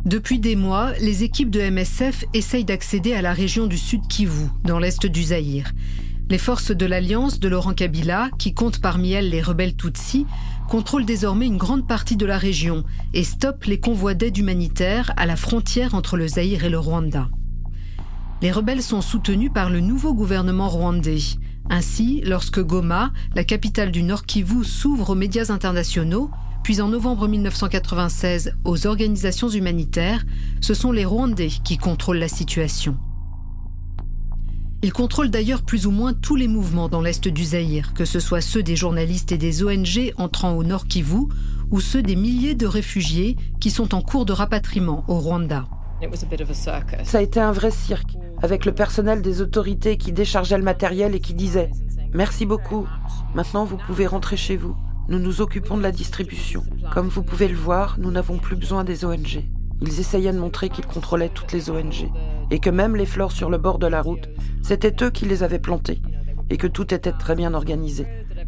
Depuis des mois, les équipes de MSF essayent d'accéder à la région du Sud Kivu, dans l'est du Zaïre. Les forces de l'Alliance de Laurent Kabila, qui comptent parmi elles les rebelles Tutsis, contrôlent désormais une grande partie de la région et stoppent les convois d'aide humanitaire à la frontière entre le Zaïre et le Rwanda. Les rebelles sont soutenus par le nouveau gouvernement rwandais. Ainsi, lorsque Goma, la capitale du Nord Kivu, s'ouvre aux médias internationaux, puis en novembre 1996 aux organisations humanitaires, ce sont les Rwandais qui contrôlent la situation. Ils contrôlent d'ailleurs plus ou moins tous les mouvements dans l'est du Zaïre, que ce soit ceux des journalistes et des ONG entrant au Nord Kivu ou ceux des milliers de réfugiés qui sont en cours de rapatriement au Rwanda. Ça a été un vrai cirque, avec le personnel des autorités qui déchargeait le matériel et qui disait « Merci beaucoup, maintenant vous pouvez rentrer chez vous. Nous nous occupons de la distribution. Comme vous pouvez le voir, nous n'avons plus besoin des ONG. » Ils essayaient de montrer qu'ils contrôlaient toutes les ONG et que même les fleurs sur le bord de la route, c'était eux qui les avaient plantées et que tout était très bien organisé.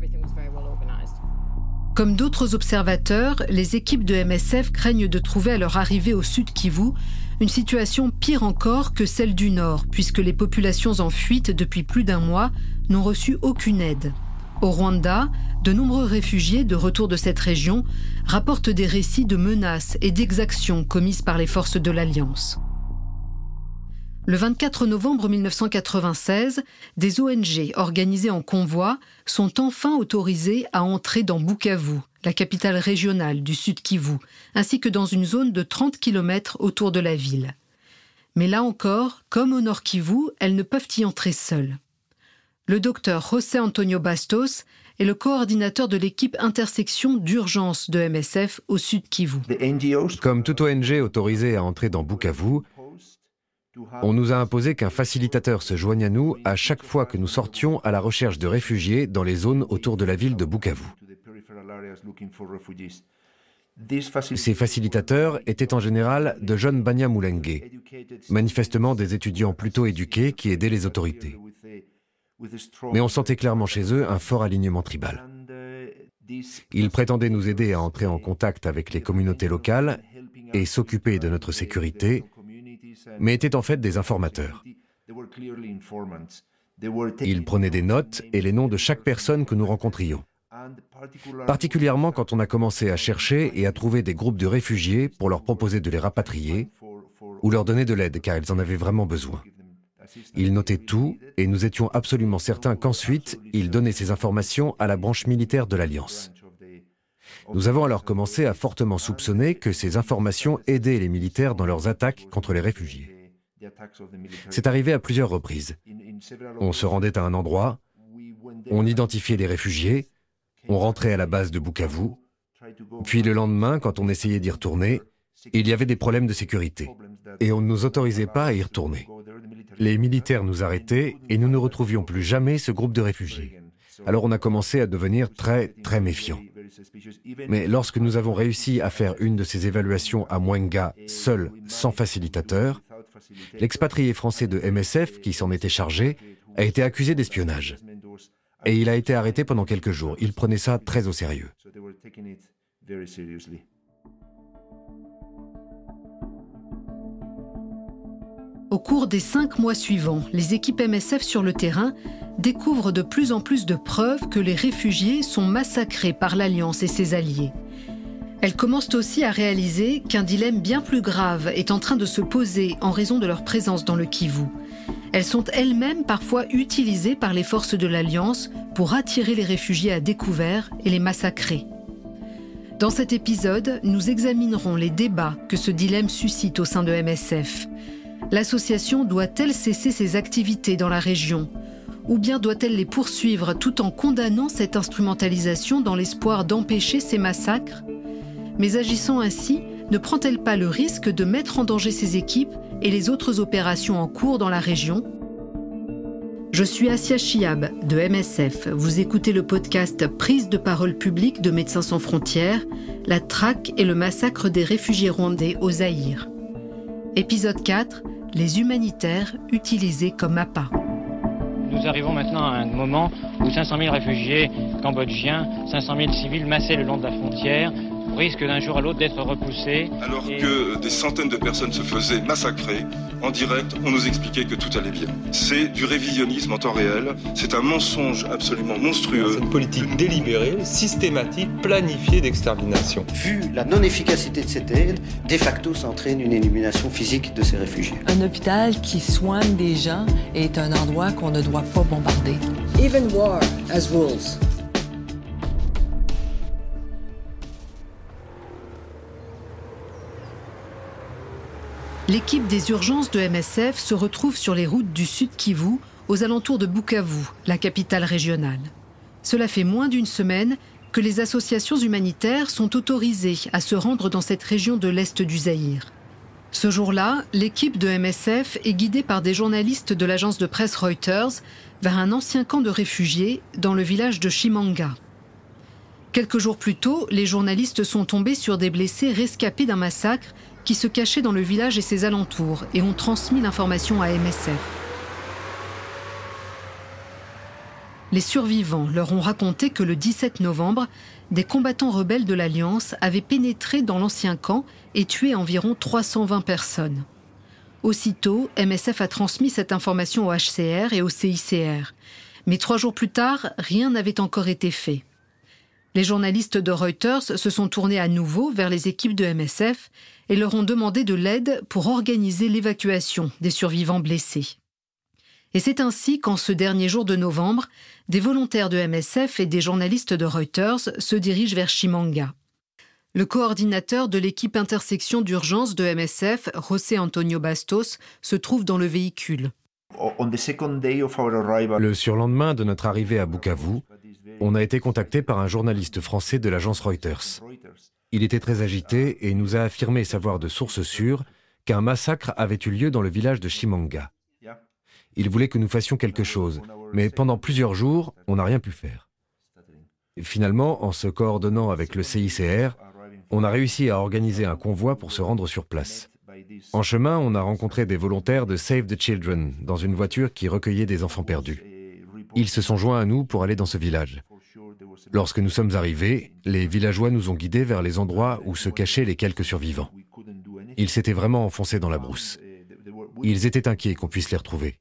Comme d'autres observateurs, les équipes de MSF craignent de trouver à leur arrivée au Sud Kivu une situation pire encore que celle du Nord, puisque les populations en fuite depuis plus d'un mois n'ont reçu aucune aide. Au Rwanda, de nombreux réfugiés de retour de cette région rapportent des récits de menaces et d'exactions commises par les forces de l'Alliance. Le 24 novembre 1996, des ONG organisées en convoi sont enfin autorisées à entrer dans Bukavu, la capitale régionale du Sud Kivu, ainsi que dans une zone de 30 km autour de la ville. Mais là encore, comme au Nord Kivu, elles ne peuvent y entrer seules. Le docteur José Antonio Bastos est le coordinateur de l'équipe intersection d'urgence de MSF au Sud Kivu. Comme toute ONG autorisée à entrer dans Bukavu, on nous a imposé qu'un facilitateur se joigne à nous à chaque fois que nous sortions à la recherche de réfugiés dans les zones autour de la ville de Bukavu. Ces facilitateurs étaient en général de jeunes Banyamulenge, manifestement des étudiants plutôt éduqués qui aidaient les autorités. Mais on sentait clairement chez eux un fort alignement tribal. Ils prétendaient nous aider à entrer en contact avec les communautés locales et s'occuper de notre sécurité, mais étaient en fait des informateurs. Ils prenaient des notes et les noms de chaque personne que nous rencontrions. Particulièrement quand on a commencé à chercher et à trouver des groupes de réfugiés pour leur proposer de les rapatrier ou leur donner de l'aide car ils en avaient vraiment besoin. Ils notaient tout et nous étions absolument certains qu'ensuite, ils donnaient ces informations à la branche militaire de l'Alliance. Nous avons alors commencé à fortement soupçonner que ces informations aidaient les militaires dans leurs attaques contre les réfugiés. C'est arrivé à plusieurs reprises. On se rendait à un endroit, on identifiait les réfugiés, on rentrait à la base de Bukavu, puis le lendemain, quand on essayait d'y retourner, il y avait des problèmes de sécurité et on ne nous autorisait pas à y retourner. Les militaires nous arrêtaient et nous ne retrouvions plus jamais ce groupe de réfugiés. Alors on a commencé à devenir très méfiants. Mais lorsque nous avons réussi à faire une de ces évaluations à Mwenga, seul, sans facilitateur, l'expatrié français de MSF, qui s'en était chargé, a été accusé d'espionnage. Et il a été arrêté pendant quelques jours. Il prenait ça très au sérieux. Au cours des 5 mois suivants, les équipes MSF sur le terrain découvrent de plus en plus de preuves que les réfugiés sont massacrés par l'Alliance et ses alliés. Elles commencent aussi à réaliser qu'un dilemme bien plus grave est en train de se poser en raison de leur présence dans le Kivu. Elles sont elles-mêmes parfois utilisées par les forces de l'Alliance pour attirer les réfugiés à découvert et les massacrer. Dans cet épisode, nous examinerons les débats que ce dilemme suscite au sein de MSF. L'association doit-elle cesser ses activités dans la région ? Ou bien doit-elle les poursuivre tout en condamnant cette instrumentalisation dans l'espoir d'empêcher ces massacres ? Mais agissant ainsi, ne prend-elle pas le risque de mettre en danger ses équipes et les autres opérations en cours dans la région ? Je suis Assia Chiab de MSF. Vous écoutez le podcast Prise de parole publique de Médecins sans frontières, la traque et le massacre des réfugiés rwandais au Zaïre. Épisode 4, les humanitaires utilisés comme appât. Nous arrivons maintenant à un moment où 500 000 réfugiés cambodgiens, 500 000 civils massés le long de la frontière risquent d'un jour à l'autre d'être repoussés. Alors que des centaines de personnes se faisaient massacrer, en direct, on nous expliquait que tout allait bien. C'est du révisionnisme en temps réel, c'est un mensonge absolument monstrueux. C'est une politique délibérée, systématique, planifiée d'extermination. Vu la non-efficacité de cette aide, de facto, ça entraîne une élimination physique de ces réfugiés. Un hôpital qui soigne des gens est un endroit qu'on ne doit pas bombarder. Even war has rules. L'équipe des urgences de MSF se retrouve sur les routes du Sud Kivu, aux alentours de Bukavu, la capitale régionale. Cela fait moins d'une semaine que les associations humanitaires sont autorisées à se rendre dans cette région de l'Est du Zaïre. Ce jour-là, l'équipe de MSF est guidée par des journalistes de l'agence de presse Reuters vers un ancien camp de réfugiés dans le village de Chimanga. Quelques jours plus tôt, les journalistes sont tombés sur des blessés rescapés d'un massacre qui se cachaient dans le village et ses alentours et ont transmis l'information à MSF. Les survivants leur ont raconté que le 17 novembre, des combattants rebelles de l'Alliance avaient pénétré dans l'ancien camp et tué environ 320 personnes. Aussitôt, MSF a transmis cette information au HCR et au CICR. Mais 3 jours plus tard, rien n'avait encore été fait. Les journalistes de Reuters se sont tournés à nouveau vers les équipes de MSF et leur ont demandé de l'aide pour organiser l'évacuation des survivants blessés. Et c'est ainsi qu'en ce dernier jour de novembre, des volontaires de MSF et des journalistes de Reuters se dirigent vers Chimanga. Le coordinateur de l'équipe intersection d'urgence de MSF, José Antonio Bastos, se trouve dans le véhicule. Le surlendemain de notre arrivée à Bukavu, on a été contacté par un journaliste français de l'agence Reuters. Il était très agité et nous a affirmé savoir de sources sûres qu'un massacre avait eu lieu dans le village de Chimanga. Il voulait que nous fassions quelque chose, mais pendant plusieurs jours, on n'a rien pu faire. Finalement, en se coordonnant avec le CICR, on a réussi à organiser un convoi pour se rendre sur place. En chemin, on a rencontré des volontaires de Save the Children dans une voiture qui recueillait des enfants perdus. Ils se sont joints à nous pour aller dans ce village. Lorsque nous sommes arrivés, les villageois nous ont guidés vers les endroits où se cachaient les quelques survivants. Ils s'étaient vraiment enfoncés dans la brousse. Ils étaient inquiets qu'on puisse les retrouver.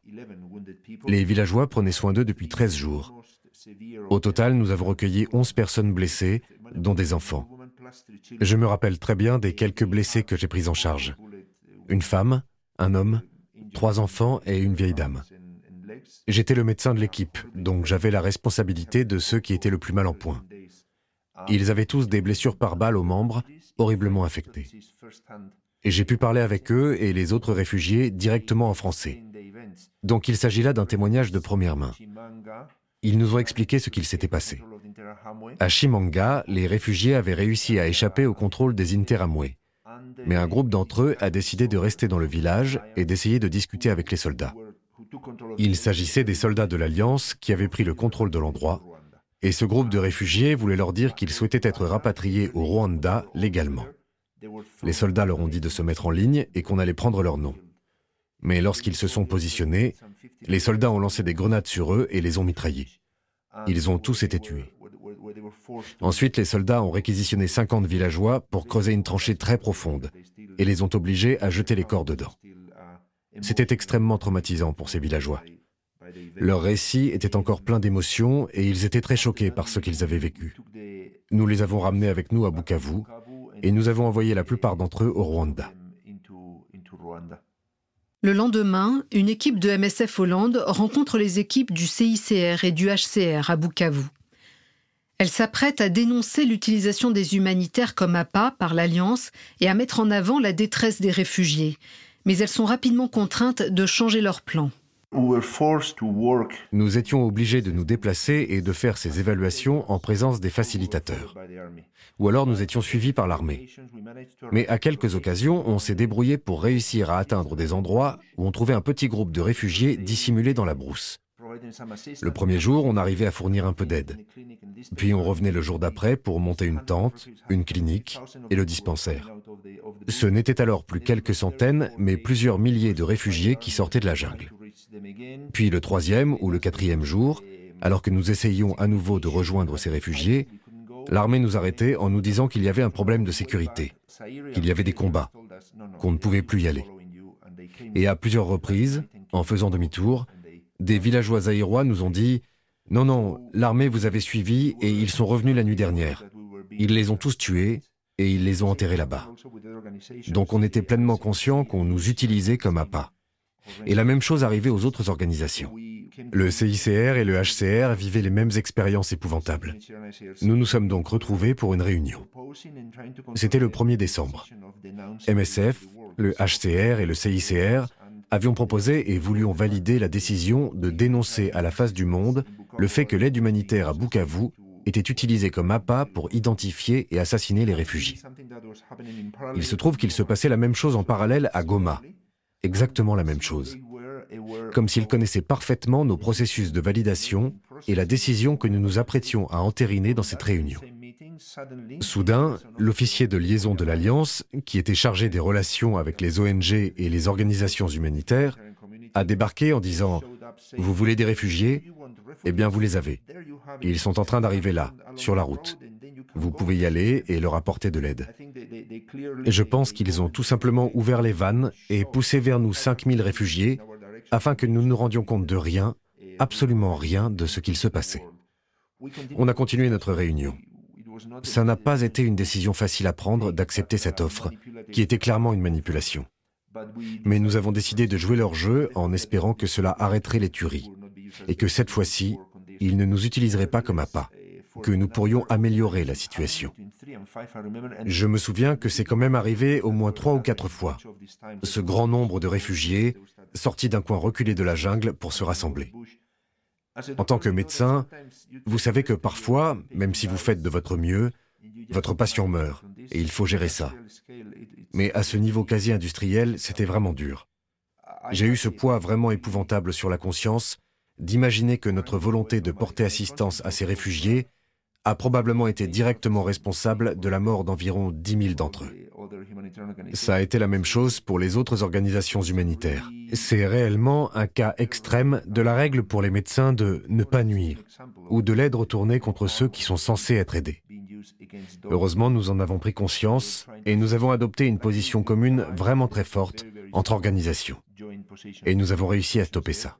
Les villageois prenaient soin d'eux depuis 13 jours. Au total, nous avons recueilli 11 personnes blessées, dont des enfants. Je me rappelle très bien des quelques blessés que j'ai pris en charge. Une femme, un homme, 3 enfants et une vieille dame. J'étais le médecin de l'équipe, donc j'avais la responsabilité de ceux qui étaient le plus mal en point. Ils avaient tous des blessures par balle aux membres, horriblement infectées. Et j'ai pu parler avec eux et les autres réfugiés directement en français. Donc il s'agit là d'un témoignage de première main. Ils nous ont expliqué ce qu'il s'était passé. À Chimanga, les réfugiés avaient réussi à échapper au contrôle des Interamwe. Mais un groupe d'entre eux a décidé de rester dans le village et d'essayer de discuter avec les soldats. Il s'agissait des soldats de l'Alliance qui avaient pris le contrôle de l'endroit, et ce groupe de réfugiés voulait leur dire qu'ils souhaitaient être rapatriés au Rwanda légalement. Les soldats leur ont dit de se mettre en ligne et qu'on allait prendre leur nom. Mais lorsqu'ils se sont positionnés, les soldats ont lancé des grenades sur eux et les ont mitraillés. Ils ont tous été tués. Ensuite, les soldats ont réquisitionné 50 villageois pour creuser une tranchée très profonde et les ont obligés à jeter les corps dedans. C'était extrêmement traumatisant pour ces villageois. Leur récit était encore plein d'émotions et ils étaient très choqués par ce qu'ils avaient vécu. Nous les avons ramenés avec nous à Bukavu et nous avons envoyé la plupart d'entre eux au Rwanda. Le lendemain, une équipe de MSF Hollande rencontre les équipes du CICR et du HCR à Bukavu. Elle s'apprête à dénoncer l'utilisation des humanitaires comme appât par l'Alliance et à mettre en avant la détresse des réfugiés. Mais elles sont rapidement contraintes de changer leur plan. Nous étions obligés de nous déplacer et de faire ces évaluations en présence des facilitateurs. Ou alors nous étions suivis par l'armée. Mais à quelques occasions, on s'est débrouillé pour réussir à atteindre des endroits où on trouvait un petit groupe de réfugiés dissimulés dans la brousse. Le premier jour, on arrivait à fournir un peu d'aide. Puis on revenait le jour d'après pour monter une tente, une clinique et le dispensaire. Ce n'étaient alors plus quelques centaines, mais plusieurs milliers de réfugiés qui sortaient de la jungle. Puis le 3e ou le 4e jour, alors que nous essayions à nouveau de rejoindre ces réfugiés, L'armée nous arrêtait en nous disant qu'il y avait un problème de sécurité, qu'il y avait des combats, qu'on ne pouvait plus y aller. Et à plusieurs reprises, en faisant demi-tour, des villageois zaïrois nous ont dit « Non, non, l'armée vous avait suivis et ils sont revenus la nuit dernière. Ils les ont tous tués et ils les ont enterrés là-bas. » Donc on était pleinement conscients qu'on nous utilisait comme appât. Et la même chose arrivait aux autres organisations. Le CICR et le HCR vivaient les mêmes expériences épouvantables. Nous nous sommes donc retrouvés pour une réunion. C'était le 1er décembre. MSF, le HCR et le CICR avions proposé et voulions valider la décision de dénoncer à la face du monde le fait que l'aide humanitaire à Bukavu était utilisée comme appât pour identifier et assassiner les réfugiés. Il se trouve qu'il se passait la même chose en parallèle à Goma. Exactement la même chose. Comme s'ils connaissaient parfaitement nos processus de validation et la décision que nous nous apprêtions à entériner dans cette réunion. Soudain, l'officier de liaison de l'Alliance, qui était chargé des relations avec les ONG et les organisations humanitaires, a débarqué en disant « Vous voulez des réfugiés ? Eh bien, vous les avez. Ils sont en train d'arriver là, sur la route. Vous pouvez y aller et leur apporter de l'aide. » Et je pense qu'ils ont tout simplement ouvert les vannes et poussé vers nous 5000 réfugiés afin que nous nous rendions compte de rien, absolument rien de ce qu'il se passait. On a continué notre réunion. Ça n'a pas été une décision facile à prendre d'accepter cette offre, qui était clairement une manipulation. Mais nous avons décidé de jouer leur jeu en espérant que cela arrêterait les tueries, et que cette fois-ci, ils ne nous utiliseraient pas comme appât, que nous pourrions améliorer la situation. Je me souviens que c'est quand même arrivé au moins 3 ou 4 fois, ce grand nombre de réfugiés sortis d'un coin reculé de la jungle pour se rassembler. En tant que médecin, vous savez que parfois, même si vous faites de votre mieux, votre patient meurt, et il faut gérer ça. Mais à ce niveau quasi industriel, c'était vraiment dur. J'ai eu ce poids vraiment épouvantable sur la conscience d'imaginer que notre volonté de porter assistance à ces réfugiés a probablement été directement responsable de la mort d'environ 10 000 d'entre eux. Ça a été la même chose pour les autres organisations humanitaires. C'est réellement un cas extrême de la règle pour les médecins de ne pas nuire, ou de l'aide retournée contre ceux qui sont censés être aidés. Heureusement, nous en avons pris conscience et nous avons adopté une position commune vraiment très forte entre organisations. Et nous avons réussi à stopper ça.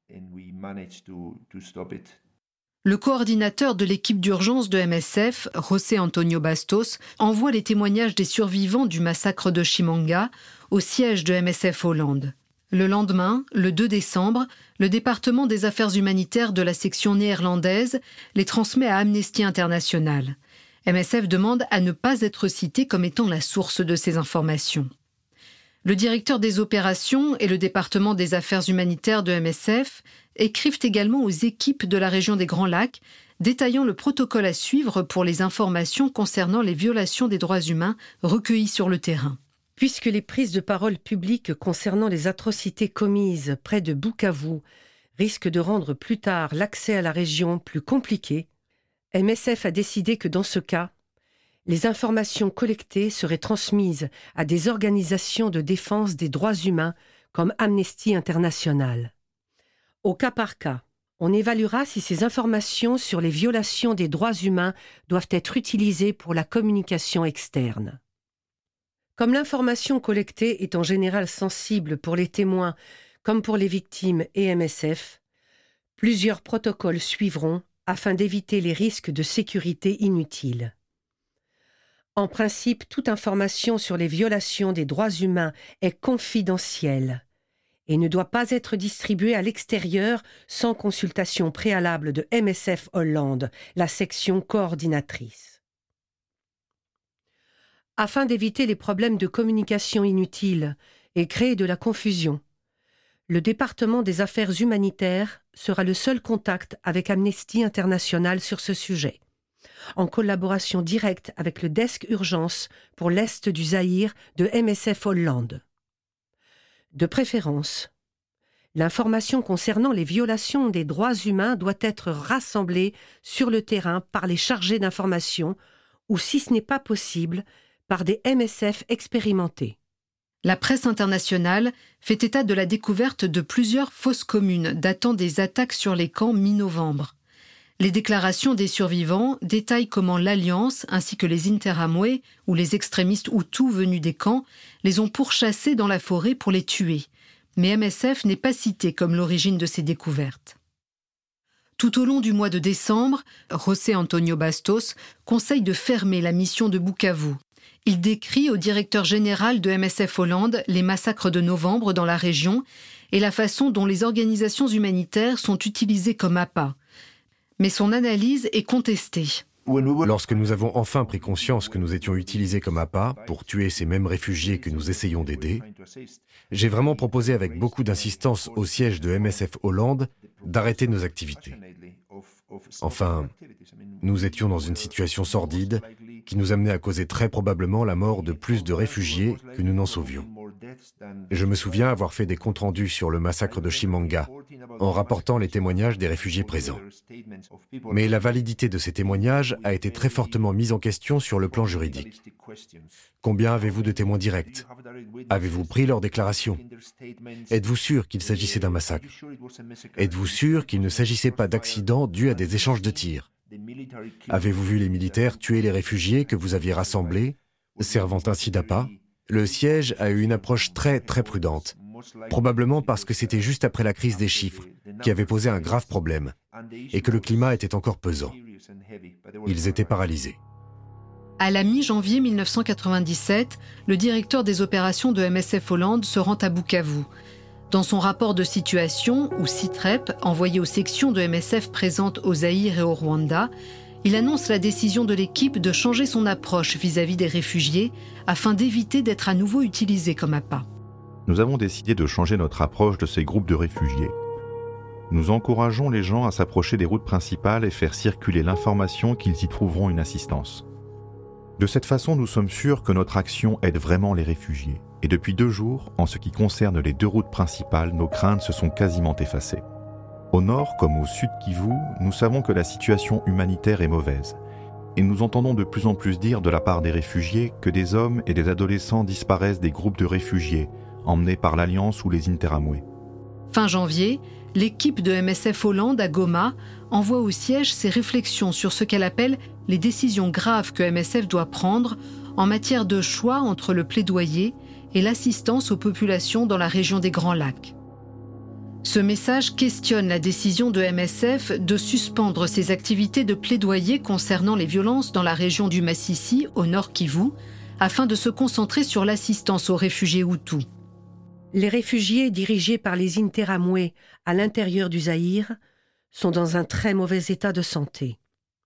Le coordinateur de l'équipe d'urgence de MSF, José Antonio Bastos, envoie les témoignages des survivants du massacre de Chimanga au siège de MSF Hollande. Le lendemain, le 2 décembre, le département des affaires humanitaires de la section néerlandaise les transmet à Amnesty International. MSF demande à ne pas être cité comme étant la source de ces informations. Le directeur des opérations et le département des affaires humanitaires de MSF écrivent également aux équipes de la région des Grands Lacs, détaillant le protocole à suivre pour les informations concernant les violations des droits humains recueillies sur le terrain. Puisque les prises de parole publiques concernant les atrocités commises près de Bukavu risquent de rendre plus tard l'accès à la région plus compliqué, MSF a décidé que dans ce cas, les informations collectées seraient transmises à des organisations de défense des droits humains comme Amnesty International. Au cas par cas, on évaluera si ces informations sur les violations des droits humains doivent être utilisées pour la communication externe. Comme l'information collectée est en général sensible pour les témoins comme pour les victimes et MSF, plusieurs protocoles suivront afin d'éviter les risques de sécurité inutiles. En principe, toute information sur les violations des droits humains est confidentielle et ne doit pas être distribuée à l'extérieur sans consultation préalable de MSF Hollande, la section coordinatrice. Afin d'éviter les problèmes de communication inutiles et créer de la confusion, le département des affaires humanitaires sera le seul contact avec Amnesty International sur ce sujet, en collaboration directe avec le desk urgence pour l'Est du Zaïre de MSF Hollande. De préférence, l'information concernant les violations des droits humains doit être rassemblée sur le terrain par les chargés d'information ou, si ce n'est pas possible, par des MSF expérimentés. La presse internationale fait état de la découverte de plusieurs fosses communes datant des attaques sur les camps mi-novembre. Les déclarations des survivants détaillent comment l'Alliance, ainsi que les Interamwe, ou les extrémistes Hutus venus des camps, les ont pourchassés dans la forêt pour les tuer. Mais MSF n'est pas cité comme l'origine de ces découvertes. Tout au long du mois de décembre, José Antonio Bastos conseille de fermer la mission de Bukavu. Il décrit au directeur général de MSF Hollande les massacres de novembre dans la région et la façon dont les organisations humanitaires sont utilisées comme appât. Mais son analyse est contestée. Lorsque nous avons enfin pris conscience que nous étions utilisés comme appât pour tuer ces mêmes réfugiés que nous essayons d'aider, j'ai vraiment proposé avec beaucoup d'insistance au siège de MSF Hollande d'arrêter nos activités. Enfin, nous étions dans une situation sordide qui nous amenait à causer très probablement la mort de plus de réfugiés que nous n'en sauvions. Je me souviens avoir fait des comptes rendus sur le massacre de Chimanga en rapportant les témoignages des réfugiés présents. Mais la validité de ces témoignages a été très fortement mise en question sur le plan juridique. Combien avez-vous de témoins directs? Avez-vous pris leurs déclarations? Êtes-vous sûr qu'il s'agissait d'un massacre? Êtes-vous sûr qu'il ne s'agissait pas d'accidents dus à des échanges de tirs? Avez-vous vu les militaires tuer les réfugiés que vous aviez rassemblés, servant ainsi d'appât? Le siège a eu une approche très prudente, probablement parce que c'était juste après la crise des chiffres, qui avait posé un grave problème, et que le climat était encore pesant. Ils étaient paralysés. À la mi-janvier 1997, le directeur des opérations de MSF Hollande se rend à Bukavu. Dans son rapport de situation, ou CITREP, envoyé aux sections de MSF présentes au Zaïre et au Rwanda, il annonce la décision de l'équipe de changer son approche vis-à-vis des réfugiés afin d'éviter d'être à nouveau utilisé comme appât. Nous avons décidé de changer notre approche de ces groupes de réfugiés. Nous encourageons les gens à s'approcher des routes principales et faire circuler l'information qu'ils y trouveront une assistance. De cette façon, nous sommes sûrs que notre action aide vraiment les réfugiés. Et depuis 2 jours, en ce qui concerne les 2 routes principales, nos craintes se sont quasiment effacées. Au nord comme au sud Kivu, nous savons que la situation humanitaire est mauvaise. Et nous entendons de plus en plus dire de la part des réfugiés que des hommes et des adolescents disparaissent des groupes de réfugiés, emmenés par l'Alliance ou les Interamwe. Fin janvier, l'équipe de MSF Hollande à Goma envoie au siège ses réflexions sur ce qu'elle appelle les décisions graves que MSF doit prendre en matière de choix entre le plaidoyer et l'assistance aux populations dans la région des Grands Lacs. Ce message questionne la décision de MSF de suspendre ses activités de plaidoyer concernant les violences dans la région du Masisi, au nord Kivu, afin de se concentrer sur l'assistance aux réfugiés Hutus. Les réfugiés dirigés par les Interamwe à l'intérieur du Zaïre sont dans un très mauvais état de santé.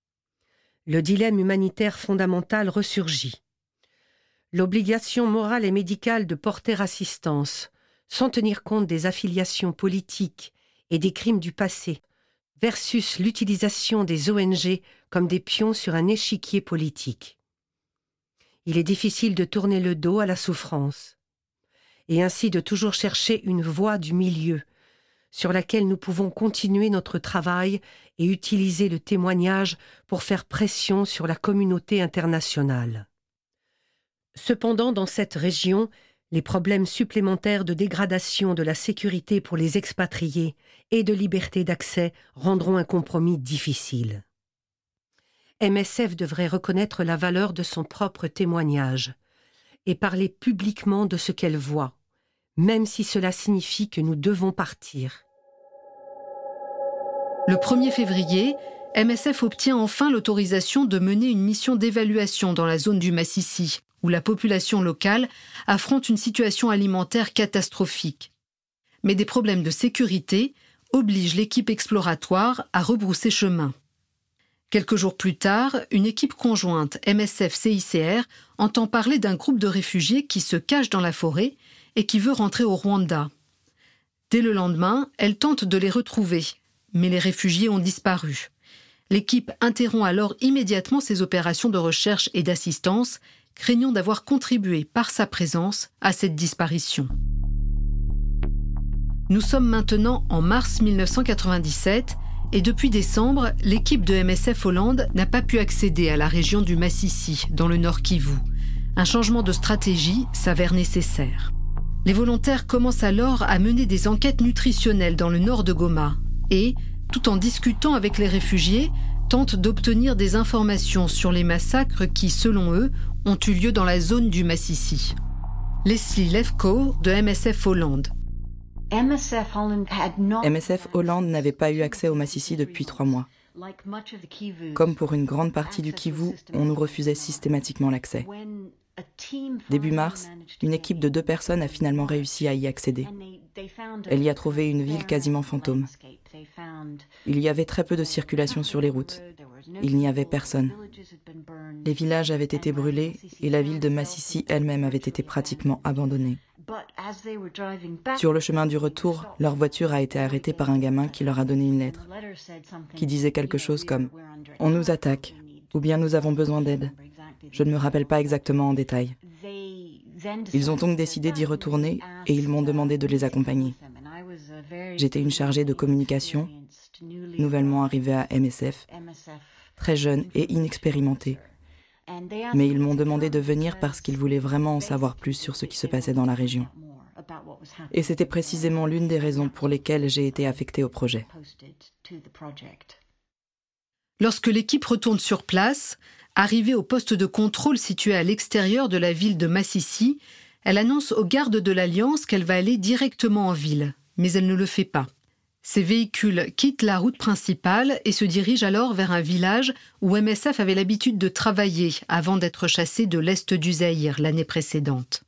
Le dilemme humanitaire fondamental ressurgit. L'obligation morale et médicale de porter assistance, sans tenir compte des affiliations politiques et des crimes du passé, versus l'utilisation des ONG comme des pions sur un échiquier politique. Il est difficile de tourner le dos à la souffrance, et ainsi de toujours chercher une voie du milieu, sur laquelle nous pouvons continuer notre travail et utiliser le témoignage pour faire pression sur la communauté internationale. Cependant, dans cette région, les problèmes supplémentaires de dégradation de la sécurité pour les expatriés et de liberté d'accès rendront un compromis difficile. MSF devrait reconnaître la valeur de son propre témoignage et parler publiquement de ce qu'elle voit, même si cela signifie que nous devons partir. Le 1er février, MSF obtient enfin l'autorisation de mener une mission d'évaluation dans la zone du Masisi, où la population locale affronte une situation alimentaire catastrophique. Mais des problèmes de sécurité obligent l'équipe exploratoire à rebrousser chemin. Quelques jours plus tard, une équipe conjointe MSF-CICR entend parler d'un groupe de réfugiés qui se cache dans la forêt et qui veut rentrer au Rwanda. Dès le lendemain, elle tente de les retrouver, mais les réfugiés ont disparu. L'équipe interrompt alors immédiatement ses opérations de recherche et d'assistance, craignant d'avoir contribué par sa présence à cette disparition. Nous sommes maintenant en mars 1997 et depuis décembre, l'équipe de MSF Hollande n'a pas pu accéder à la région du Masisi, dans le nord Kivu. Un changement de stratégie s'avère nécessaire. Les volontaires commencent alors à mener des enquêtes nutritionnelles dans le nord de Goma et, tout en discutant avec les réfugiés, tentent d'obtenir des informations sur les massacres qui, selon eux, ont eu lieu dans la zone du Massissi. Leslie Lefkow de MSF Hollande. MSF Hollande n'avait pas eu accès au Massissi depuis 3 mois. Comme pour une grande partie du Kivu, on nous refusait systématiquement l'accès. Début mars, une équipe de 2 personnes a finalement réussi à y accéder. Elle y a trouvé une ville quasiment fantôme. Il y avait très peu de circulation sur les routes. Il n'y avait personne. Les villages avaient été brûlés et la ville de Massissi elle-même avait été pratiquement abandonnée. Sur le chemin du retour, leur voiture a été arrêtée par un gamin qui leur a donné une lettre, qui disait quelque chose comme « On nous attaque » ou bien « Nous avons besoin d'aide ». Je ne me rappelle pas exactement en détail. Ils ont donc décidé d'y retourner et ils m'ont demandé de les accompagner. J'étais une chargée de communication, nouvellement arrivée à MSF, très jeune et inexpérimentée. Mais ils m'ont demandé de venir parce qu'ils voulaient vraiment en savoir plus sur ce qui se passait dans la région. Et c'était précisément l'une des raisons pour lesquelles j'ai été affectée au projet. Lorsque l'équipe retourne sur place, arrivée au poste de contrôle situé à l'extérieur de la ville de Massissi, elle annonce aux gardes de l'Alliance qu'elle va aller directement en ville, mais elle ne le fait pas. Ces véhicules quittent la route principale et se dirigent alors vers un village où MSF avait l'habitude de travailler avant d'être chassé de l'est du Zaïre l'année précédente.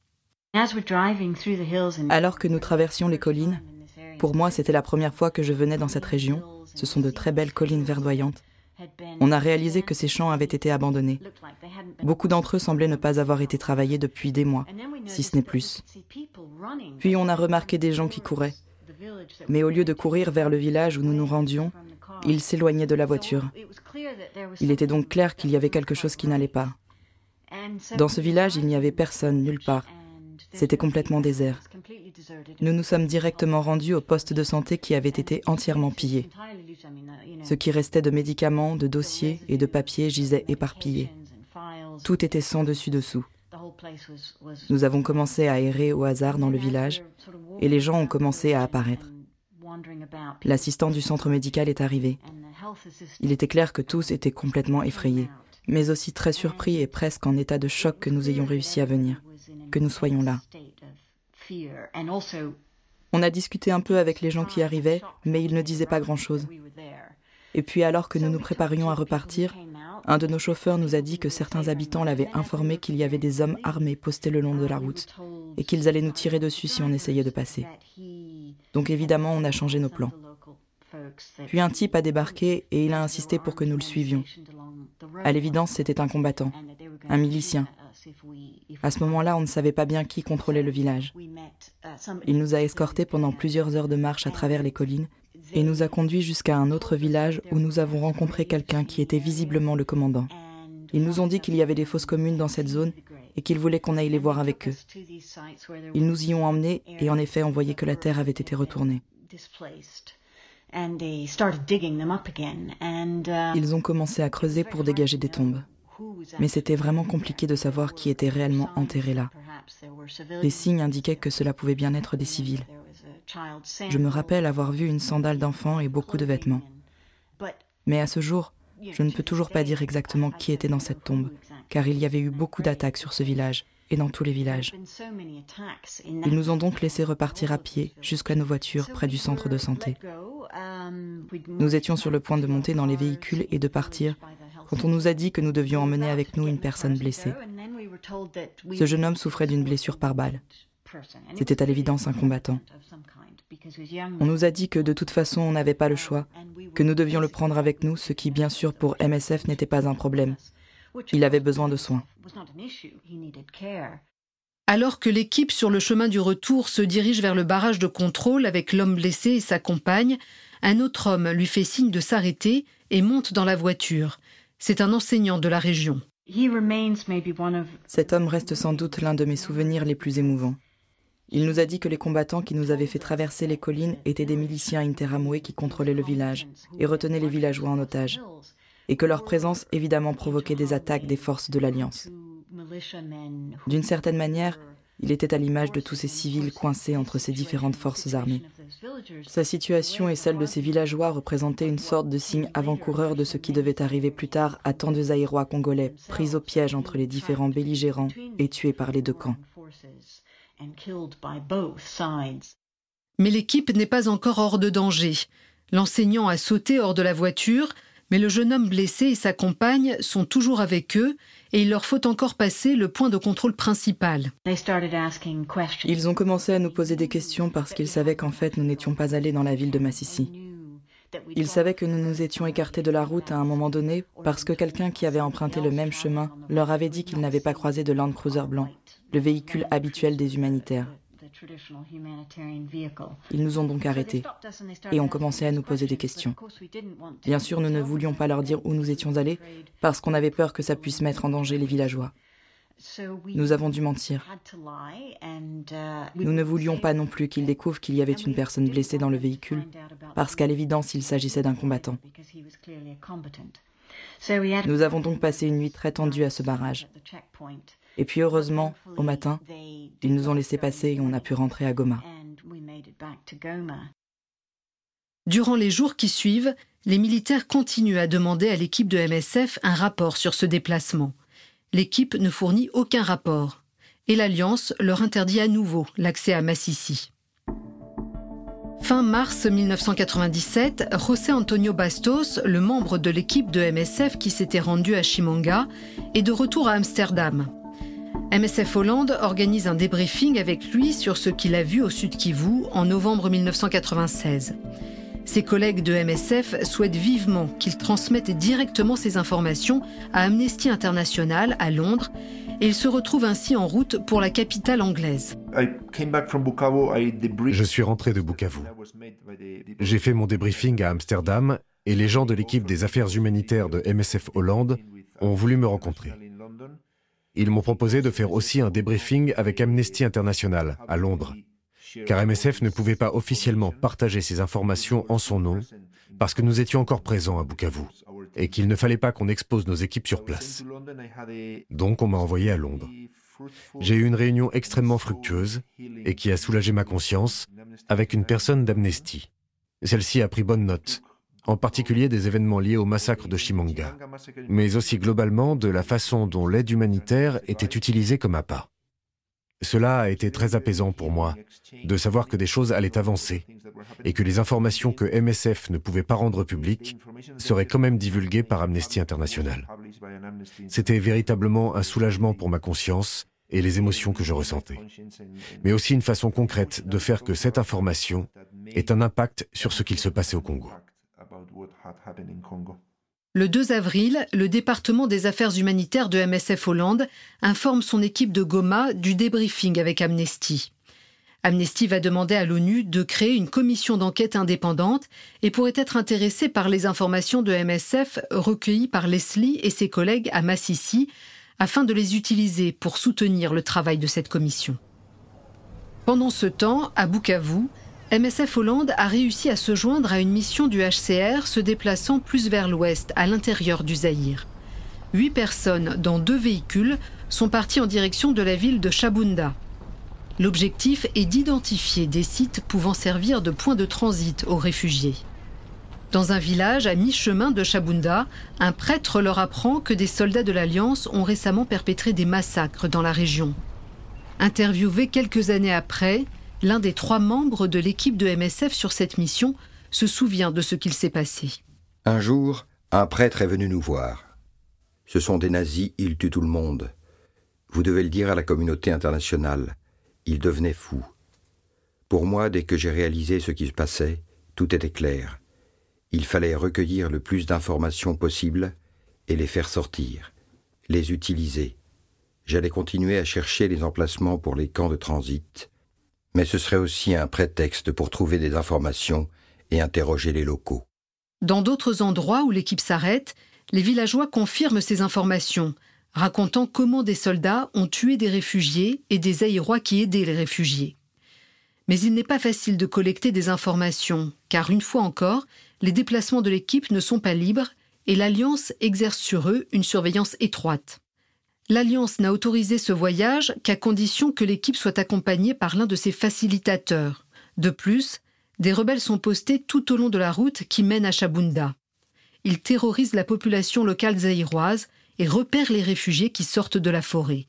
Alors que nous traversions les collines, pour moi c'était la première fois que je venais dans cette région, ce sont de très belles collines verdoyantes. On a réalisé que ces champs avaient été abandonnés. Beaucoup d'entre eux semblaient ne pas avoir été travaillés depuis des mois, si ce n'est plus. Puis on a remarqué des gens qui couraient. Mais au lieu de courir vers le village où nous nous rendions, ils s'éloignaient de la voiture. Il était donc clair qu'il y avait quelque chose qui n'allait pas. Dans ce village, il n'y avait personne, nulle part. C'était complètement désert. Nous nous sommes directement rendus au poste de santé qui avait été entièrement pillé. Ce qui restait de médicaments, de dossiers et de papiers gisait éparpillé. Tout était sans dessus-dessous. Nous avons commencé à errer au hasard dans le village et les gens ont commencé à apparaître. L'assistant du centre médical est arrivé. Il était clair que tous étaient complètement effrayés, mais aussi très surpris et presque en état de choc que nous ayons réussi à venir, que nous soyons là. On a discuté un peu avec les gens qui arrivaient, mais ils ne disaient pas grand-chose. Et puis alors que nous nous préparions à repartir, un de nos chauffeurs nous a dit que certains habitants l'avaient informé qu'il y avait des hommes armés postés le long de la route et qu'ils allaient nous tirer dessus si on essayait de passer. Donc évidemment, on a changé nos plans. Puis un type a débarqué et il a insisté pour que nous le suivions. À l'évidence, c'était un combattant, un milicien. À ce moment-là, on ne savait pas bien qui contrôlait le village. Il nous a escortés pendant plusieurs heures de marche à travers les collines et nous a conduits jusqu'à un autre village où nous avons rencontré quelqu'un qui était visiblement le commandant. Ils nous ont dit qu'il y avait des fosses communes dans cette zone et qu'ils voulaient qu'on aille les voir avec eux. Ils nous y ont emmenés et en effet, on voyait que la terre avait été retournée. Ils ont commencé à creuser pour dégager des tombes. Mais c'était vraiment compliqué de savoir qui était réellement enterré là. Les signes indiquaient que cela pouvait bien être des civils. Je me rappelle avoir vu une sandale d'enfant et beaucoup de vêtements. Mais à ce jour, je ne peux toujours pas dire exactement qui était dans cette tombe, car il y avait eu beaucoup d'attaques sur ce village et dans tous les villages. Ils nous ont donc laissé repartir à pied jusqu'à nos voitures près du centre de santé. Nous étions sur le point de monter dans les véhicules et de partir quand on nous a dit que nous devions emmener avec nous une personne blessée. Ce jeune homme souffrait d'une blessure par balle. C'était à l'évidence un combattant. On nous a dit que de toute façon on n'avait pas le choix, que nous devions le prendre avec nous, ce qui bien sûr pour MSF n'était pas un problème. Il avait besoin de soins. Alors que l'équipe sur le chemin du retour se dirige vers le barrage de contrôle avec l'homme blessé et sa compagne, un autre homme lui fait signe de s'arrêter et monte dans la voiture. C'est un enseignant de la région. Cet homme reste sans doute l'un de mes souvenirs les plus émouvants. Il nous a dit que les combattants qui nous avaient fait traverser les collines étaient des miliciens interamoués qui contrôlaient le village et retenaient les villageois en otage, et que leur présence évidemment provoquait des attaques des forces de l'Alliance. D'une certaine manière, Il était à l'image de tous ces civils coincés entre ces différentes forces armées. Sa situation et celle de ces villageois représentaient une sorte de signe avant-coureur de ce qui devait arriver plus tard à tant de Zaïrois congolais pris au piège entre les différents belligérants et tués par les deux camps. Mais l'équipe n'est pas encore hors de danger. L'enseignant a sauté hors de la voiture, mais le jeune homme blessé et sa compagne sont toujours avec eux et il leur faut encore passer le point de contrôle principal. Ils ont commencé à nous poser des questions parce qu'ils savaient qu'en fait nous n'étions pas allés dans la ville de Massissi. Ils savaient que nous nous étions écartés de la route à un moment donné parce que quelqu'un qui avait emprunté le même chemin leur avait dit qu'il n'avait pas croisé de Land Cruiser blanc, le véhicule habituel des humanitaires. Ils nous ont donc arrêtés et ont commencé à nous poser des questions. Bien sûr, nous ne voulions pas leur dire où nous étions allés parce qu'on avait peur que ça puisse mettre en danger les villageois. Nous avons dû mentir. Nous ne voulions pas non plus qu'ils découvrent qu'il y avait une personne blessée dans le véhicule parce qu'à l'évidence, il s'agissait d'un combattant. Nous avons donc passé une nuit très tendue à ce barrage. Et puis heureusement, au matin, ils nous ont laissé passer et on a pu rentrer à Goma. Durant les jours qui suivent, les militaires continuent à demander à l'équipe de MSF un rapport sur ce déplacement. L'équipe ne fournit aucun rapport. Et l'Alliance leur interdit à nouveau l'accès à Massissi. Fin mars 1997, José Antonio Bastos, le membre de l'équipe de MSF qui s'était rendu à Chimanga, est de retour à Amsterdam. MSF Hollande organise un débriefing avec lui sur ce qu'il a vu au Sud Kivu en novembre 1996. Ses collègues de MSF souhaitent vivement qu'il transmette directement ces informations à Amnesty International à Londres et il se retrouve ainsi en route pour la capitale anglaise. Je suis rentré de Bukavu. J'ai fait mon débriefing à Amsterdam et les gens de l'équipe des affaires humanitaires de MSF Hollande ont voulu me rencontrer. Ils m'ont proposé de faire aussi un débriefing avec Amnesty International à Londres, car MSF ne pouvait pas officiellement partager ces informations en son nom parce que nous étions encore présents à Bukavu et qu'il ne fallait pas qu'on expose nos équipes sur place. Donc on m'a envoyé à Londres. J'ai eu une réunion extrêmement fructueuse et qui a soulagé ma conscience avec une personne d'Amnesty. Celle-ci a pris bonne note, en particulier des événements liés au massacre de Chimanga, mais aussi globalement de la façon dont l'aide humanitaire était utilisée comme appât. Cela a été très apaisant pour moi, de savoir que des choses allaient avancer et que les informations que MSF ne pouvait pas rendre publiques seraient quand même divulguées par Amnesty International. C'était véritablement un soulagement pour ma conscience et les émotions que je ressentais, mais aussi une façon concrète de faire que cette information ait un impact sur ce qu'il se passait au Congo. Le 2 avril, le département des affaires humanitaires de MSF Hollande informe son équipe de Goma du débriefing avec Amnesty. Amnesty va demander à l'ONU de créer une commission d'enquête indépendante et pourrait être intéressée par les informations de MSF recueillies par Leslie et ses collègues à Massissi afin de les utiliser pour soutenir le travail de cette commission. Pendant ce temps, à Bukavu, MSF Hollande a réussi à se joindre à une mission du HCR se déplaçant plus vers l'ouest, à l'intérieur du Zaïre. 8 personnes dans 2 véhicules sont parties en direction de la ville de Chabunda. L'objectif est d'identifier des sites pouvant servir de point de transit aux réfugiés. Dans un village à mi-chemin de Chabunda, un prêtre leur apprend que des soldats de l'Alliance ont récemment perpétré des massacres dans la région. Interviewé quelques années après, l'un des 3 membres de l'équipe de MSF sur cette mission se souvient de ce qu'il s'est passé. Un jour, un prêtre est venu nous voir. Ce sont des nazis, ils tuent tout le monde. Vous devez le dire à la communauté internationale. Ils devenaient fous. Pour moi, dès que j'ai réalisé ce qui se passait, tout était clair. Il fallait recueillir le plus d'informations possible et les faire sortir, les utiliser. J'allais continuer à chercher les emplacements pour les camps de transit, mais ce serait aussi un prétexte pour trouver des informations et interroger les locaux. Dans d'autres endroits où l'équipe s'arrête, les villageois confirment ces informations, racontant comment des soldats ont tué des réfugiés et des Zaïrois qui aidaient les réfugiés. Mais il n'est pas facile de collecter des informations, car une fois encore, les déplacements de l'équipe ne sont pas libres et l'Alliance exerce sur eux une surveillance étroite. L'Alliance n'a autorisé ce voyage qu'à condition que l'équipe soit accompagnée par l'un de ses facilitateurs. De plus, des rebelles sont postés tout au long de la route qui mène à Chabunda. Ils terrorisent la population locale zaïroise et repèrent les réfugiés qui sortent de la forêt.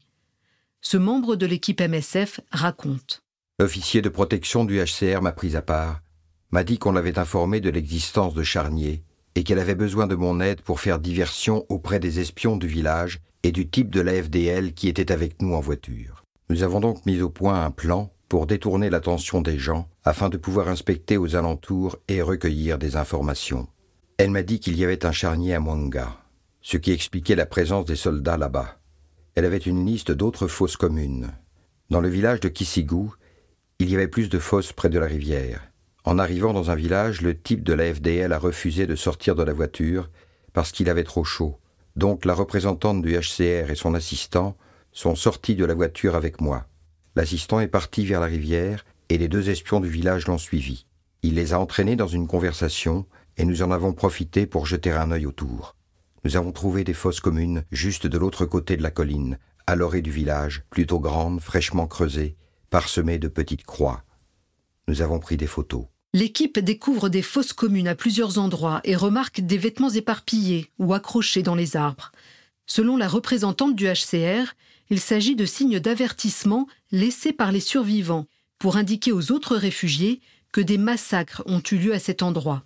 Ce membre de l'équipe MSF raconte. L'officier de protection du HCR m'a pris à part, m'a dit qu'on l'avait informé de l'existence de charniers et qu'elle avait besoin de mon aide pour faire diversion auprès des espions du village et du type de la FDL qui était avec nous en voiture. Nous avons donc mis au point un plan pour détourner l'attention des gens afin de pouvoir inspecter aux alentours et recueillir des informations. Elle m'a dit qu'il y avait un charnier à Mwanga, ce qui expliquait la présence des soldats là-bas. Elle avait une liste d'autres fosses communes. Dans le village de Kisigou, il y avait plus de fosses près de la rivière. En arrivant dans un village, le type de la FDL a refusé de sortir de la voiture parce qu'il avait trop chaud. Donc la représentante du HCR et son assistant sont sortis de la voiture avec moi. L'assistant est parti vers la rivière et les 2 espions du village l'ont suivi. Il les a entraînés dans une conversation et nous en avons profité pour jeter un œil autour. Nous avons trouvé des fosses communes juste de l'autre côté de la colline, à l'orée du village, plutôt grandes, fraîchement creusées, parsemées de petites croix. Nous avons pris des photos. L'équipe découvre des fosses communes à plusieurs endroits et remarque des vêtements éparpillés ou accrochés dans les arbres. Selon la représentante du HCR, il s'agit de signes d'avertissement laissés par les survivants pour indiquer aux autres réfugiés que des massacres ont eu lieu à cet endroit.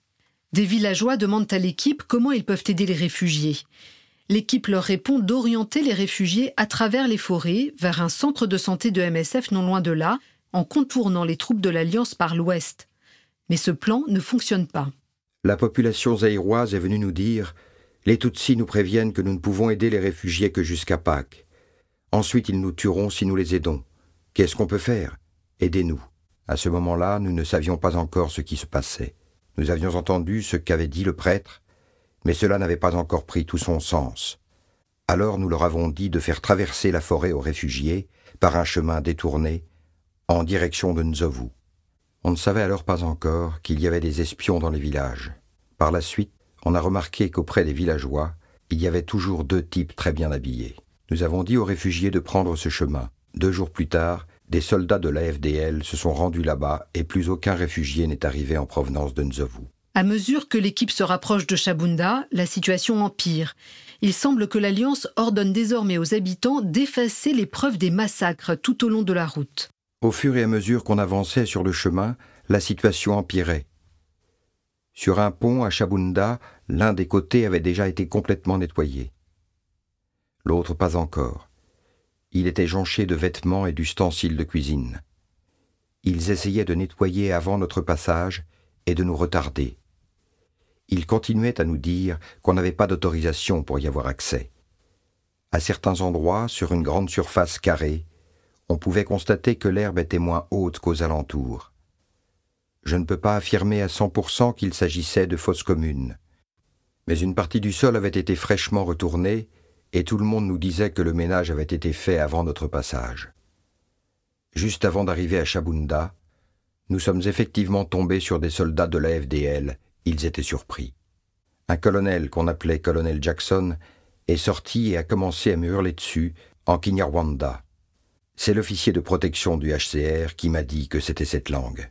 Des villageois demandent à l'équipe comment ils peuvent aider les réfugiés. L'équipe leur répond d'orienter les réfugiés à travers les forêts vers un centre de santé de MSF non loin de là, en contournant les troupes de l'Alliance par l'ouest. Mais ce plan ne fonctionne pas. La population zaïroise est venue nous dire « Les Tutsis nous préviennent que nous ne pouvons aider les réfugiés que jusqu'à Pâques. Ensuite, ils nous tueront si nous les aidons. Qu'est-ce qu'on peut faire? Aidez-nous. » À ce moment-là, nous ne savions pas encore ce qui se passait. Nous avions entendu ce qu'avait dit le prêtre, mais cela n'avait pas encore pris tout son sens. Alors nous leur avons dit de faire traverser la forêt aux réfugiés par un chemin détourné en direction de Nzovu. On ne savait alors pas encore qu'il y avait des espions dans les villages. Par la suite, on a remarqué qu'auprès des villageois, il y avait toujours 2 types très bien habillés. Nous avons dit aux réfugiés de prendre ce chemin. 2 jours plus tard, des soldats de la FDL se sont rendus là-bas et plus aucun réfugié n'est arrivé en provenance de Nzovu. À mesure que l'équipe se rapproche de Chabunda, la situation empire. Il semble que l'Alliance ordonne désormais aux habitants d'effacer les preuves des massacres tout au long de la route. Au fur et à mesure qu'on avançait sur le chemin, la situation empirait. Sur un pont à Chabunda, l'un des côtés avait déjà été complètement nettoyé. L'autre pas encore. Il était jonché de vêtements et d'ustensiles de cuisine. Ils essayaient de nettoyer avant notre passage et de nous retarder. Ils continuaient à nous dire qu'on n'avait pas d'autorisation pour y avoir accès. À certains endroits, sur une grande surface carrée, on pouvait constater que l'herbe était moins haute qu'aux alentours. Je ne peux pas affirmer à 100% qu'il s'agissait de fosses communes. Mais une partie du sol avait été fraîchement retournée et tout le monde nous disait que le ménage avait été fait avant notre passage. Juste avant d'arriver à Chabunda, nous sommes effectivement tombés sur des soldats de la FDL. Ils étaient surpris. Un colonel qu'on appelait colonel Jackson est sorti et a commencé à me hurler dessus en Kinyarwanda. C'est l'officier de protection du HCR qui m'a dit que c'était cette langue.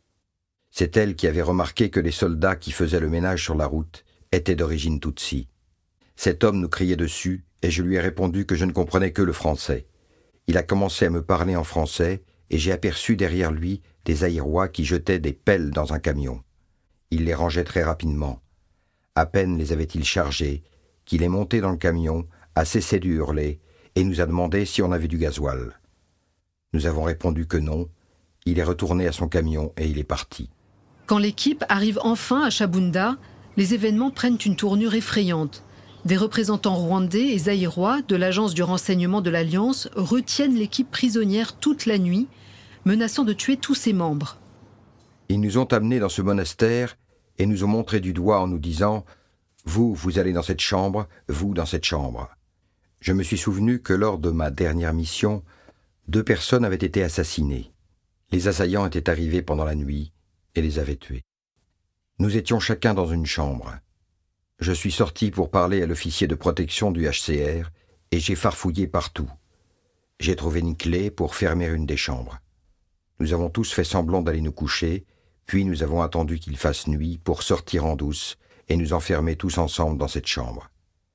C'est elle qui avait remarqué que les soldats qui faisaient le ménage sur la route étaient d'origine Tutsi. Cet homme nous criait dessus et je lui ai répondu que je ne comprenais que le français. Il a commencé à me parler en français et j'ai aperçu derrière lui des Zaïrois qui jetaient des pelles dans un camion. Il les rangeait très rapidement. À peine les avait-il chargés qu'il est monté dans le camion, a cessé de hurler et nous a demandé si on avait du gasoil. Nous avons répondu que non. Il est retourné à son camion et il est parti. Quand l'équipe arrive enfin à Chabunda, les événements prennent une tournure effrayante. Des représentants rwandais et zaïrois de l'agence du renseignement de l'Alliance retiennent l'équipe prisonnière toute la nuit, menaçant de tuer tous ses membres. Ils nous ont amenés dans ce monastère et nous ont montré du doigt en nous disant « Vous allez dans cette chambre, vous dans cette chambre ». Je me suis souvenu que lors de ma dernière mission, 2 personnes avaient été assassinées. Les assaillants étaient arrivés pendant la nuit et les avaient tués. Nous étions chacun dans une chambre. Je suis sorti pour parler à l'officier de protection du HCR et j'ai farfouillé partout. J'ai trouvé une clé pour fermer une des chambres. Nous avons tous fait semblant d'aller nous coucher, puis nous avons attendu qu'il fasse nuit pour sortir en douce et nous enfermer tous ensemble dans cette chambre.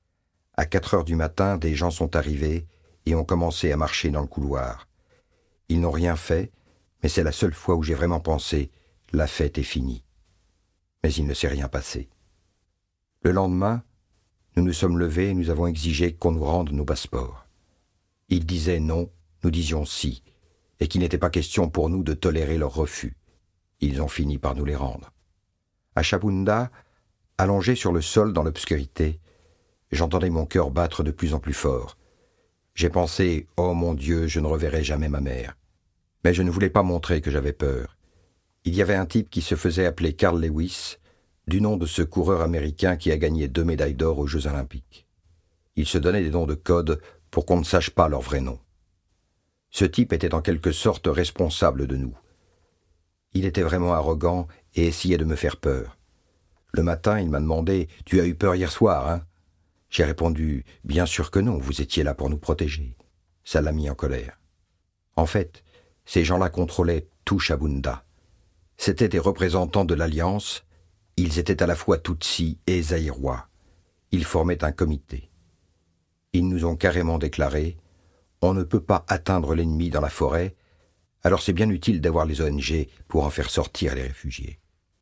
À 4 heures du matin, des gens sont arrivés et ont commencé à marcher dans le couloir. Ils n'ont rien fait, mais c'est la seule fois où j'ai vraiment pensé « la fête est finie ». Mais il ne s'est rien passé. Le lendemain, nous nous sommes levés et nous avons exigé qu'on nous rende nos passeports. Ils disaient non, nous disions si, et qu'il n'était pas question pour nous de tolérer leur refus. Ils ont fini par nous les rendre. À Shabunda, allongé sur le sol dans l'obscurité, j'entendais mon cœur battre de plus en plus fort. J'ai pensé « Oh mon Dieu, je ne reverrai jamais ma mère ». Mais je ne voulais pas montrer que j'avais peur. Il y avait un type qui se faisait appeler Carl Lewis, du nom de ce coureur américain qui a gagné 2 médailles d'or aux Jeux Olympiques. Il se donnait des noms de code pour qu'on ne sache pas leur vrai nom. Ce type était en quelque sorte responsable de nous. Il était vraiment arrogant et essayait de me faire peur. Le matin, il m'a demandé « Tu as eu peur hier soir, hein ?» J'ai répondu « Bien sûr que non, vous étiez là pour nous protéger. » Ça l'a mis en colère. En fait, ces gens-là contrôlaient tout Shabunda. C'étaient des représentants de l'Alliance. Ils étaient à la fois Tutsis et Zaïrois. Ils formaient un comité. Ils nous ont carrément déclaré « On ne peut pas atteindre l'ennemi dans la forêt, alors c'est bien utile d'avoir les ONG pour en faire sortir les réfugiés. »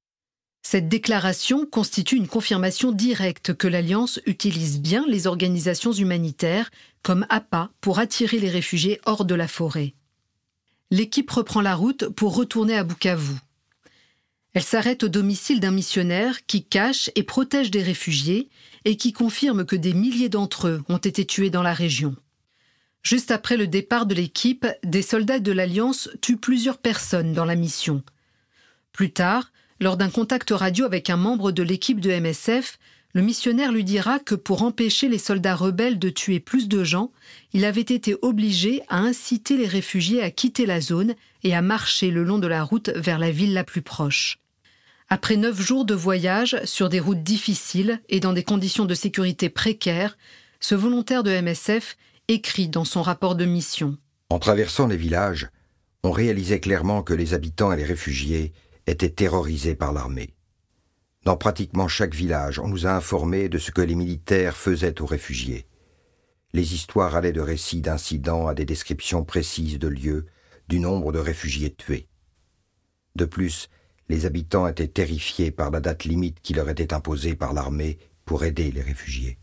Cette déclaration constitue une confirmation directe que l'Alliance utilise bien les organisations humanitaires comme appât pour attirer les réfugiés hors de la forêt. L'équipe reprend la route pour retourner à Bukavu. Elle s'arrête au domicile d'un missionnaire qui cache et protège des réfugiés et qui confirme que des milliers d'entre eux ont été tués dans la région. Juste après le départ de l'équipe, des soldats de l'Alliance tuent plusieurs personnes dans la mission. Plus tard, lors d'un contact radio avec un membre de l'équipe de MSF, le missionnaire lui dira que pour empêcher les soldats rebelles de tuer plus de gens, il avait été obligé à inciter les réfugiés à quitter la zone et à marcher le long de la route vers la ville la plus proche. Après 9 jours de voyage sur des routes difficiles et dans des conditions de sécurité précaires, ce volontaire de MSF écrit dans son rapport de mission. En traversant les villages, on réalisait clairement que les habitants et les réfugiés étaient terrorisés par l'armée. Dans pratiquement chaque village, on nous a informés de ce que les militaires faisaient aux réfugiés. Les histoires allaient de récits d'incidents à des descriptions précises de lieux, du nombre de réfugiés tués. De plus, les habitants étaient terrifiés par la date limite qui leur était imposée par l'armée pour aider les réfugiés.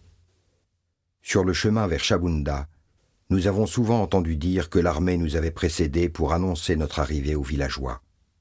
Sur le chemin vers Shabunda, nous avons souvent entendu dire que l'armée nous avait précédés pour annoncer notre arrivée aux villageois.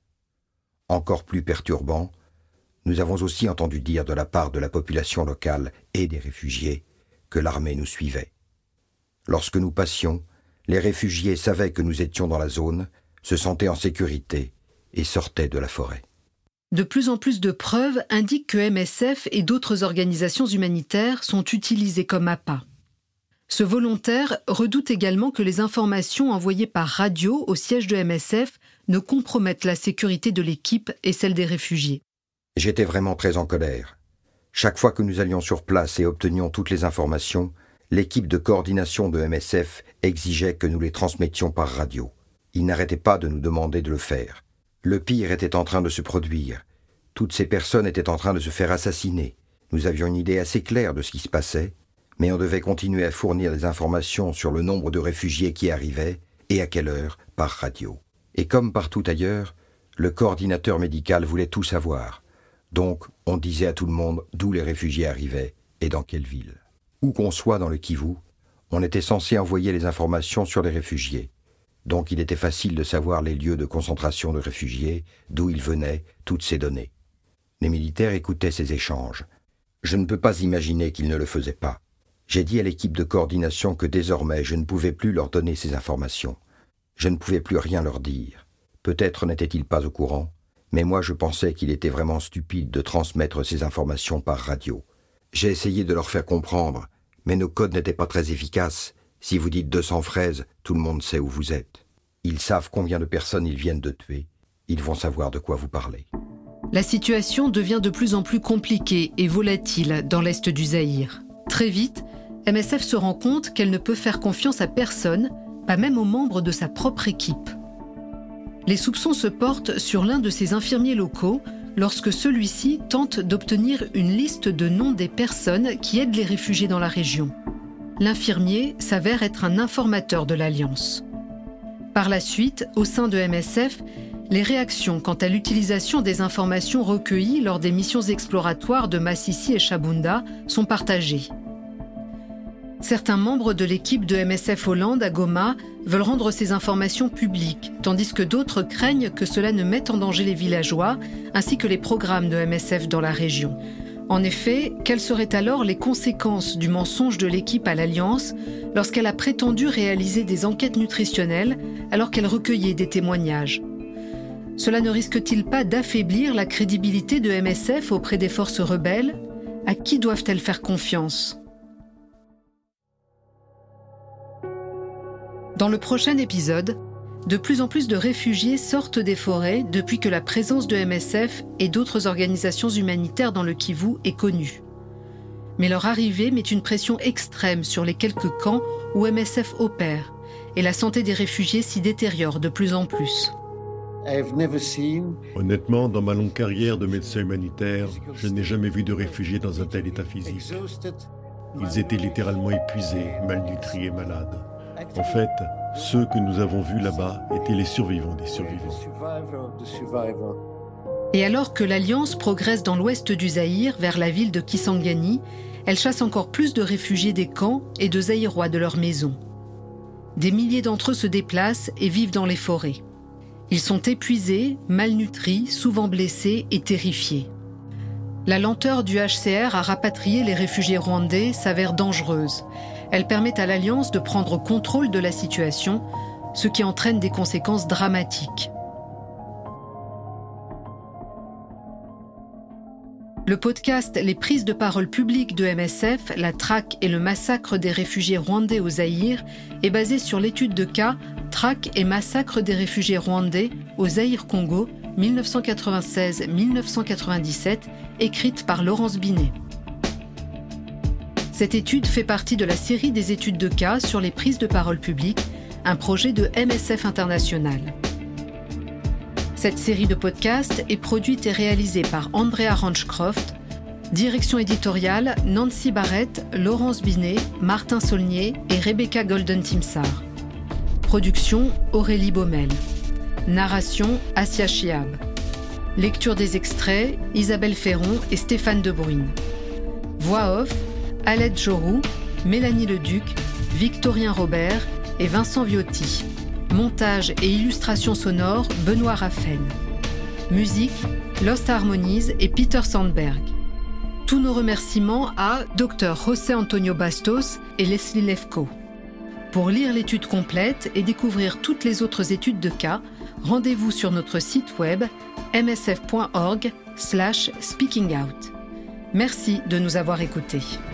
Encore plus perturbant, nous avons aussi entendu dire de la part de la population locale et des réfugiés que l'armée nous suivait. Lorsque nous passions, les réfugiés savaient que nous étions dans la zone, se sentaient en sécurité et sortaient de la forêt. De plus en plus de preuves indiquent que MSF et d'autres organisations humanitaires sont utilisées comme appât. Ce volontaire redoute également que les informations envoyées par radio au siège de MSF ne compromettent la sécurité de l'équipe et celle des réfugiés. J'étais vraiment très en colère. Chaque fois que nous allions sur place et obtenions toutes les informations, l'équipe de coordination de MSF exigeait que nous les transmettions par radio. Ils n'arrêtaient pas de nous demander de le faire. Le pire était en train de se produire. Toutes ces personnes étaient en train de se faire assassiner. Nous avions une idée assez claire de ce qui se passait, mais on devait continuer à fournir des informations sur le nombre de réfugiés qui arrivaient et à quelle heure par radio. Et comme partout ailleurs, le coordinateur médical voulait tout savoir. Donc, on disait à tout le monde d'où les réfugiés arrivaient et dans quelle ville. Où qu'on soit dans le Kivu, on était censé envoyer les informations sur les réfugiés. Donc il était facile de savoir les lieux de concentration de réfugiés, d'où ils venaient, toutes ces données. Les militaires écoutaient ces échanges. Je ne peux pas imaginer qu'ils ne le faisaient pas. J'ai dit à l'équipe de coordination que désormais je ne pouvais plus leur donner ces informations. Je ne pouvais plus rien leur dire. Peut-être n'étaient-ils pas au courant, mais moi je pensais qu'il était vraiment stupide de transmettre ces informations par radio. J'ai essayé de leur faire comprendre, mais nos codes n'étaient pas très efficaces. Si vous dites 200 fraises, tout le monde sait où vous êtes. Ils savent combien de personnes ils viennent de tuer. Ils vont savoir de quoi vous parlez. La situation devient de plus en plus compliquée et volatile dans l'est du Zaïre. Très vite, MSF se rend compte qu'elle ne peut faire confiance à personne, pas même aux membres de sa propre équipe. Les soupçons se portent sur l'un de ses infirmiers locaux lorsque celui-ci tente d'obtenir une liste de noms des personnes qui aident les réfugiés dans la région. L'infirmier s'avère être un informateur de l'Alliance. Par la suite, au sein de MSF, les réactions quant à l'utilisation des informations recueillies lors des missions exploratoires de Masisi et Shabunda sont partagées. Certains membres de l'équipe de MSF Hollande à Goma veulent rendre ces informations publiques, tandis que d'autres craignent que cela ne mette en danger les villageois, ainsi que les programmes de MSF dans la région. En effet, quelles seraient alors les conséquences du mensonge de l'équipe à l'Alliance lorsqu'elle a prétendu réaliser des enquêtes nutritionnelles alors qu'elle recueillait des témoignages ? Cela ne risque-t-il pas d'affaiblir la crédibilité de MSF auprès des forces rebelles ? À qui doivent-elles faire confiance ? Dans le prochain épisode, de plus en plus de réfugiés sortent des forêts depuis que la présence de MSF et d'autres organisations humanitaires dans le Kivu est connue. Mais leur arrivée met une pression extrême sur les quelques camps où MSF opère, et la santé des réfugiés s'y détériore de plus en plus. Honnêtement, dans ma longue carrière de médecin humanitaire, je n'ai jamais vu de réfugiés dans un tel état physique. Ils étaient littéralement épuisés, malnutris et malades. En fait, ceux que nous avons vus là-bas étaient les survivants des survivants. Et alors que l'Alliance progresse dans l'ouest du Zaïre, vers la ville de Kisangani, elle chasse encore plus de réfugiés des camps et de Zaïrois de leurs maisons. Des milliers d'entre eux se déplacent et vivent dans les forêts. Ils sont épuisés, malnutris, souvent blessés et terrifiés. La lenteur du HCR à rapatrier les réfugiés rwandais s'avère dangereuse. Elle permet à l'Alliance de prendre contrôle de la situation, ce qui entraîne des conséquences dramatiques. Le podcast Les prises de parole publiques de MSF, la traque et le massacre des réfugiés rwandais au Zaïre est basé sur l'étude de cas Traque et massacre des réfugiés rwandais au Zaïre-Congo 1996-1997, écrite par Laurence Binet. Cette étude fait partie de la série des études de cas sur les prises de parole publiques, un projet de MSF International. Cette série de podcasts est produite et réalisée par Andrea Ranchcroft, direction éditoriale Nancy Barrett, Laurence Binet, Martin Saulnier et Rebecca Golden-Timsar. Production Aurélie Baumel. Narration Assia Chiab. Lecture des extraits Isabelle Ferron et Stéphane Debruyne. Voix off Alette Jorou, Mélanie Leduc, Victorien Robert et Vincent Viotti. Montage et illustration sonore Benoît Raffen. Musique Lost Harmonies et Peter Sandberg. Tous nos remerciements à Dr José Antonio Bastos et Leslie Lefko. Pour lire l'étude complète et découvrir toutes les autres études de cas, rendez-vous sur notre site web msf.org/speakingout. Merci de nous avoir écoutés.